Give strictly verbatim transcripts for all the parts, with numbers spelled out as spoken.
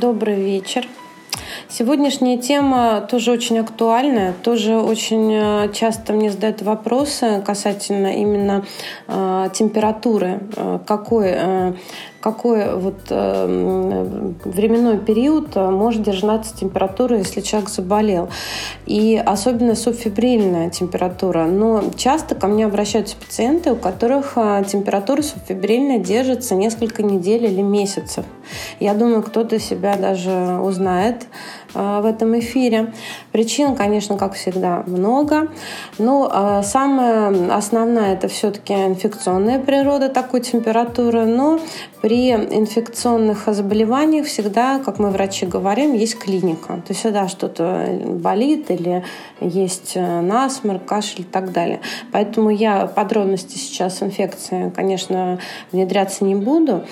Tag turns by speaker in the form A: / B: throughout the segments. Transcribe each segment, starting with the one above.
A: Добрый вечер. Сегодняшняя тема тоже очень актуальная, тоже очень часто мне задают вопросы касательно именно э, температуры, э, какой, э, какой вот, э, временной период может держаться температура, если человек заболел. И особенно субфебрильная температура. Но часто ко мне обращаются пациенты, у которых температура субфебрильная держится несколько недель или месяцев. Я думаю, кто-то себя даже узнает в этом эфире. Причин, конечно, как всегда, много. Но самая основная — это все-таки инфекционная природа такой температуры. Но при инфекционных заболеваниях всегда, как мы, врачи, говорим, есть клиника. То есть всегда что-то болит или есть насморк, кашель и так далее. Поэтому я подробности сейчас инфекции, конечно, внедряться не буду.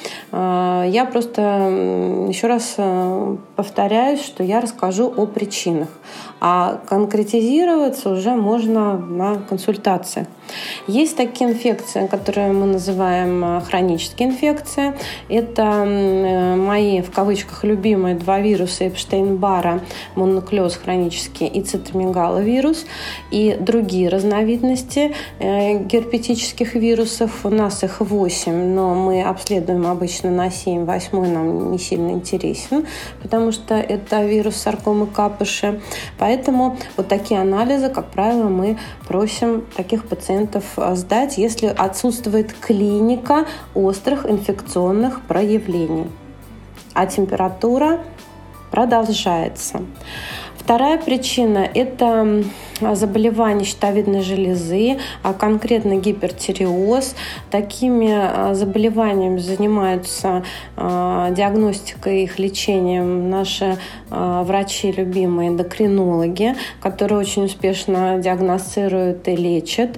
A: Я просто еще раз повторяюсь, что я расскажу о причинах. А конкретизироваться уже можно на консультациях. Есть такие инфекции, которые мы называем хронические инфекции. Это мои, в кавычках, любимые два вируса Эпштейн-Бара, мононуклеоз хронический и цитомегаловирус, и другие разновидности герпетических вирусов. У нас их восемь, но мы обследуем обычно на семь. Восьмой нам не сильно интересен, потому что это вирус саркомы Капыши. Поэтому вот такие анализы, как правило, мы просим таких пациентов сдать, если отсутствует клиника острых инфекционных проявлений, а температура продолжается. Вторая причина – это заболевания щитовидной железы, а конкретно гипертиреоз. Такими заболеваниями занимаются диагностикой и их лечением наши врачи, любимые эндокринологи, которые очень успешно диагностируют и лечат.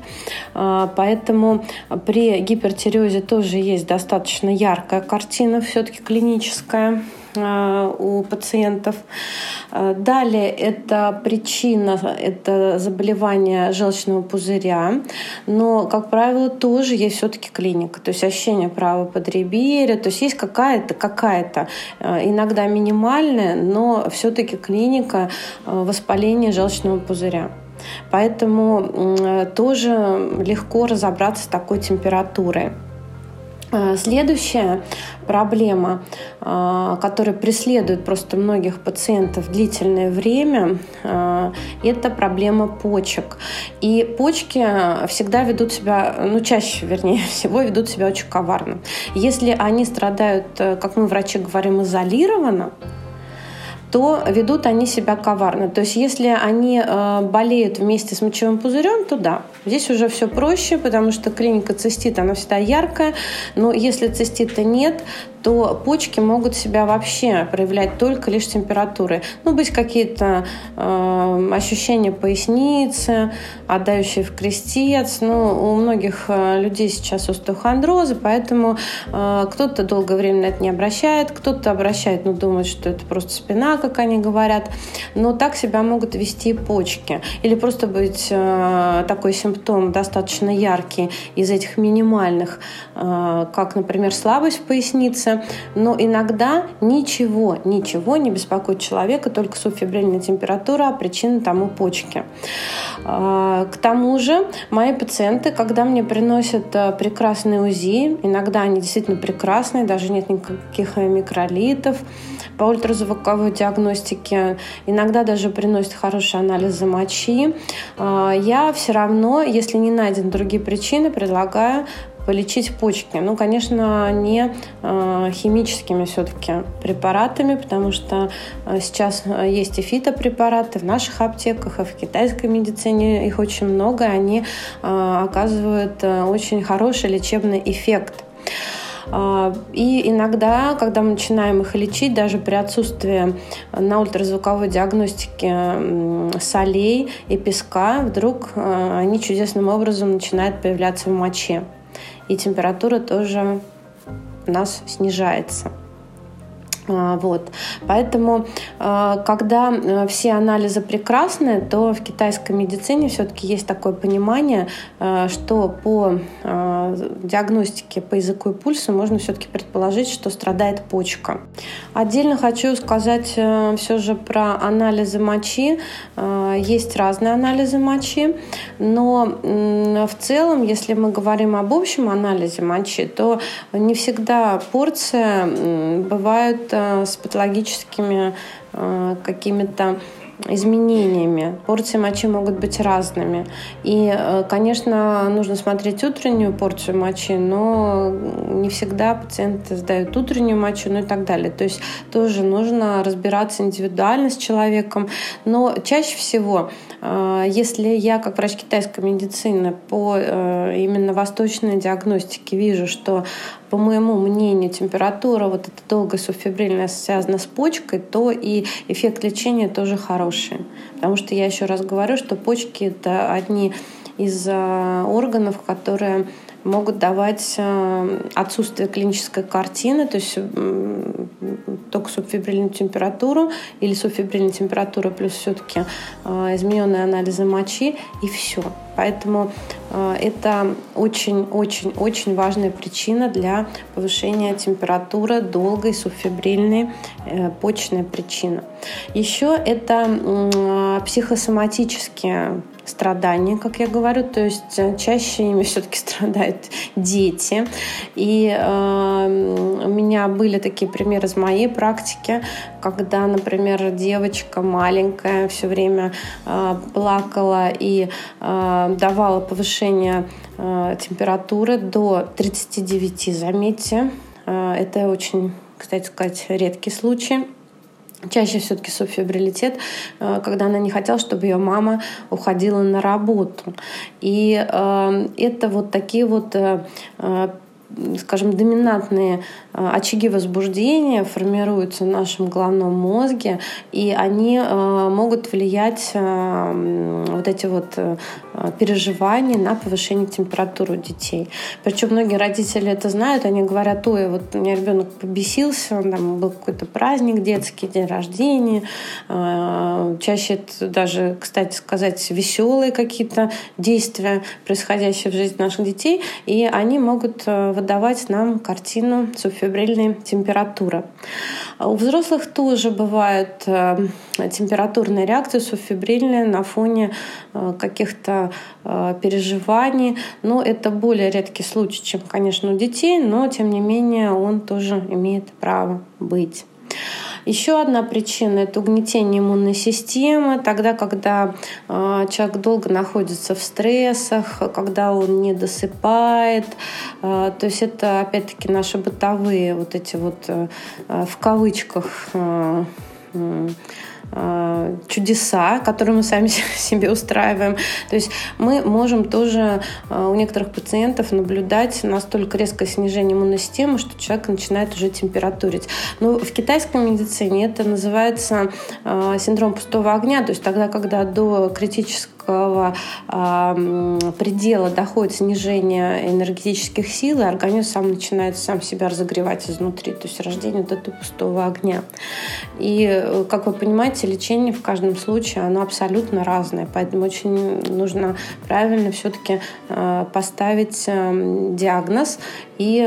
A: Поэтому при гипертиреозе тоже есть достаточно яркая картина, все-таки клиническая у пациентов. Далее это причина, это заболевание желчного пузыря, но, как правило, тоже есть все-таки клиника, то есть ощущение правого подреберья, то есть есть какая-то, какая-то, иногда минимальная, но все-таки клиника воспаления желчного пузыря. Поэтому тоже легко разобраться с такой температурой. Следующая проблема, которая преследует просто многих пациентов длительное время, это проблема почек. И почки всегда ведут себя, ну чаще, вернее всего, ведут себя очень коварно. Если они страдают, как мы, врачи, говорим, изолированно, то ведут они себя коварно. То есть если они э, болеют вместе с мочевым пузырем, то да, здесь уже все проще, потому что клиника цистита, она всегда яркая, но если цистита нет, то почки могут себя вообще проявлять только лишь температурой. Ну, быть какие-то э, ощущения поясницы, отдающие в крестец. Ну, у многих людей сейчас остеохондрозы, поэтому э, кто-то долгое время на это не обращает, кто-то обращает, но думает, что это просто спина, как они говорят. Но так себя могут вести почки. Или просто быть э, такой симптом достаточно яркий из этих минимальных, э, как, например, слабость в пояснице. Но иногда ничего, ничего не беспокоит человека, только субфебрильная температура, а причина тому почки. К тому же мои пациенты, когда мне приносят прекрасные УЗИ, иногда они действительно прекрасные, даже нет никаких микролитов по ультразвуковой диагностике, иногда даже приносят хорошие анализы мочи, я все равно, если не найдены другие причины, предлагаю полечить почки. Ну, конечно, не э, химическими все-таки препаратами, потому что э, сейчас есть и фитопрепараты в наших аптеках, и в китайской медицине их очень много, и они э, оказывают э, очень хороший лечебный эффект. И иногда, когда мы начинаем их лечить, даже при отсутствии на ультразвуковой диагностике солей и песка, вдруг они чудесным образом начинают появляться в моче. И температура тоже у нас снижается. Вот. Поэтому, когда все анализы прекрасны, то в китайской медицине все-таки есть такое понимание, что по диагностике по языку и пульсу можно все-таки предположить, что страдает почка. Отдельно хочу сказать все же про анализы мочи. Есть разные анализы мочи, но в целом, если мы говорим об общем анализе мочи, то не всегда порции бывают с патологическими э, какими-то изменениями. Порции мочи могут быть разными. И, э, конечно, нужно смотреть утреннюю порцию мочи, но не всегда пациенты сдают утреннюю мочу, ну и так далее. То есть тоже нужно разбираться индивидуально с человеком. Но чаще всего, э, если я, как врач китайской медицины, по э, именно восточной диагностике вижу, что по моему мнению, температура вот эта долгая субфебрильная связана с почкой, то и эффект лечения тоже хороший. Потому что я еще раз говорю, что почки — это одни из органов, которые могут давать отсутствие клинической картины, то есть только субфебрильную температуру или субфебрильная температура плюс все-таки измененные анализы мочи, и все. Поэтому это очень-очень-очень важная причина для повышения температуры, долгой субфебрильной почечная причина. Еще это психосоматические страдания, как я говорю, то есть чаще ими все-таки страдают дети. И э, у меня были такие примеры из моей практики, когда, например, девочка маленькая все время э, плакала и э, давала повышение э, температуры до тридцати девяти, заметьте. Э, это очень, кстати сказать, редкий случай. Чаще все-таки субфебрилитет, когда она не хотела, чтобы ее мама уходила на работу. И э, это вот такие вот, э, скажем, доминантные очаги возбуждения формируются в нашем головном мозге, и они э, могут влиять, э, вот эти вот э, переживания на повышение температуры у детей. Причем многие родители это знают, они говорят: ой, вот у меня ребенок побесился, там был какой-то праздник детский, день рождения. Э, чаще это даже, кстати сказать, веселые какие-то действия, происходящие в жизни наших детей, и они могут выдавать нам картину субфебрилитета. Фебрильная температура. У взрослых тоже бывают температурные реакции субфебрильные на фоне каких-то переживаний, но это более редкий случай, чем, конечно, у детей, но тем не менее он тоже имеет право быть. Еще одна причина — это угнетение иммунной системы, тогда, когда э, человек долго находится в стрессах, когда он не досыпает. Э, то есть это, опять-таки, наши бытовые вот эти вот э, в кавычках э, э, чудеса, которые мы сами себе устраиваем. То есть мы можем тоже у некоторых пациентов наблюдать настолько резкое снижение иммунной системы, что человек начинает уже температурить. Но в китайской медицине это называется синдром пустого огня, то есть тогда, когда до критического предела доходит снижение энергетических сил, и организм сам начинает сам себя разогревать изнутри, то есть рождение вот этого пустого огня. И, как вы понимаете, лечение в каждом случае, оно абсолютно разное, поэтому очень нужно правильно все-таки поставить диагноз и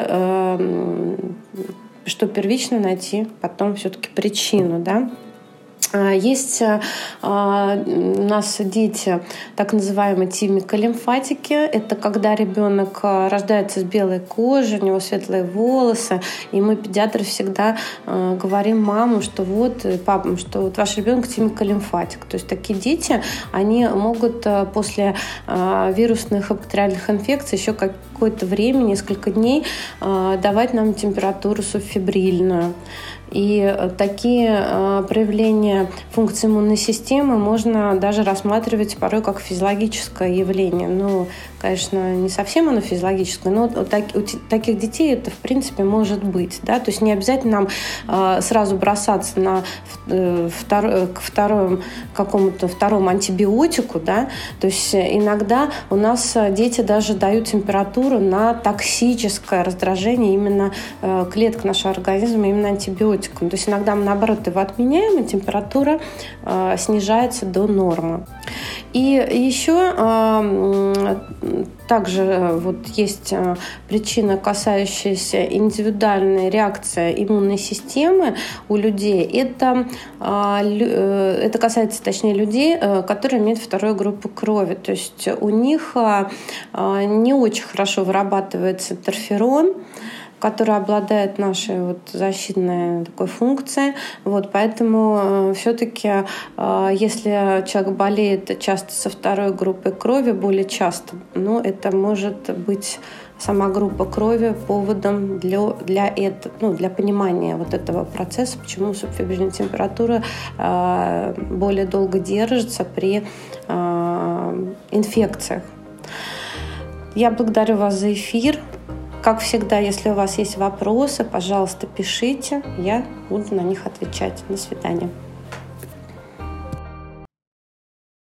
A: что первично найти потом все-таки причину, да. Есть у нас дети, так называемые тимиколимфатики. Это когда ребенок рождается с белой кожей, у него светлые волосы, и мы, педиатры, всегда говорим мамам, что вот, папам, что вот ваш ребенок тимиколимфатик. То есть такие дети, они могут после вирусных и бактериальных инфекций еще какое-то время, несколько дней, давать нам температуру субфебрильную. И такие проявления функции иммунной системы можно даже рассматривать порой как физиологическое явление. Ну, конечно, не совсем оно физиологическое, но у таких детей это, в принципе, может быть. Да? То есть не обязательно нам сразу бросаться на второй, к второму, какому-то второму антибиотику. Да? То есть иногда у нас дети даже дают температуру температуру на токсическое раздражение именно клеток нашего организма, именно антибиотиком. То есть иногда мы, наоборот, его отменяем, и температура снижается до нормы. И еще также вот есть причина, касающаяся индивидуальной реакции иммунной системы у людей. Это, это касается, точнее, людей, которые имеют вторую группу крови. То есть у них не очень хорошо вырабатывается интерферон, который обладает нашей вот защитной такой функцией. Вот, поэтому все-таки, если человек болеет часто со второй группой крови, более часто, ну, это может быть сама группа крови поводом для, для, это, ну, для понимания вот этого процесса, почему субфебрильная температура э, более долго держится при э, инфекциях. Я благодарю вас за эфир. Как всегда, если у вас есть вопросы, пожалуйста, пишите. Я буду на них отвечать. До свидания.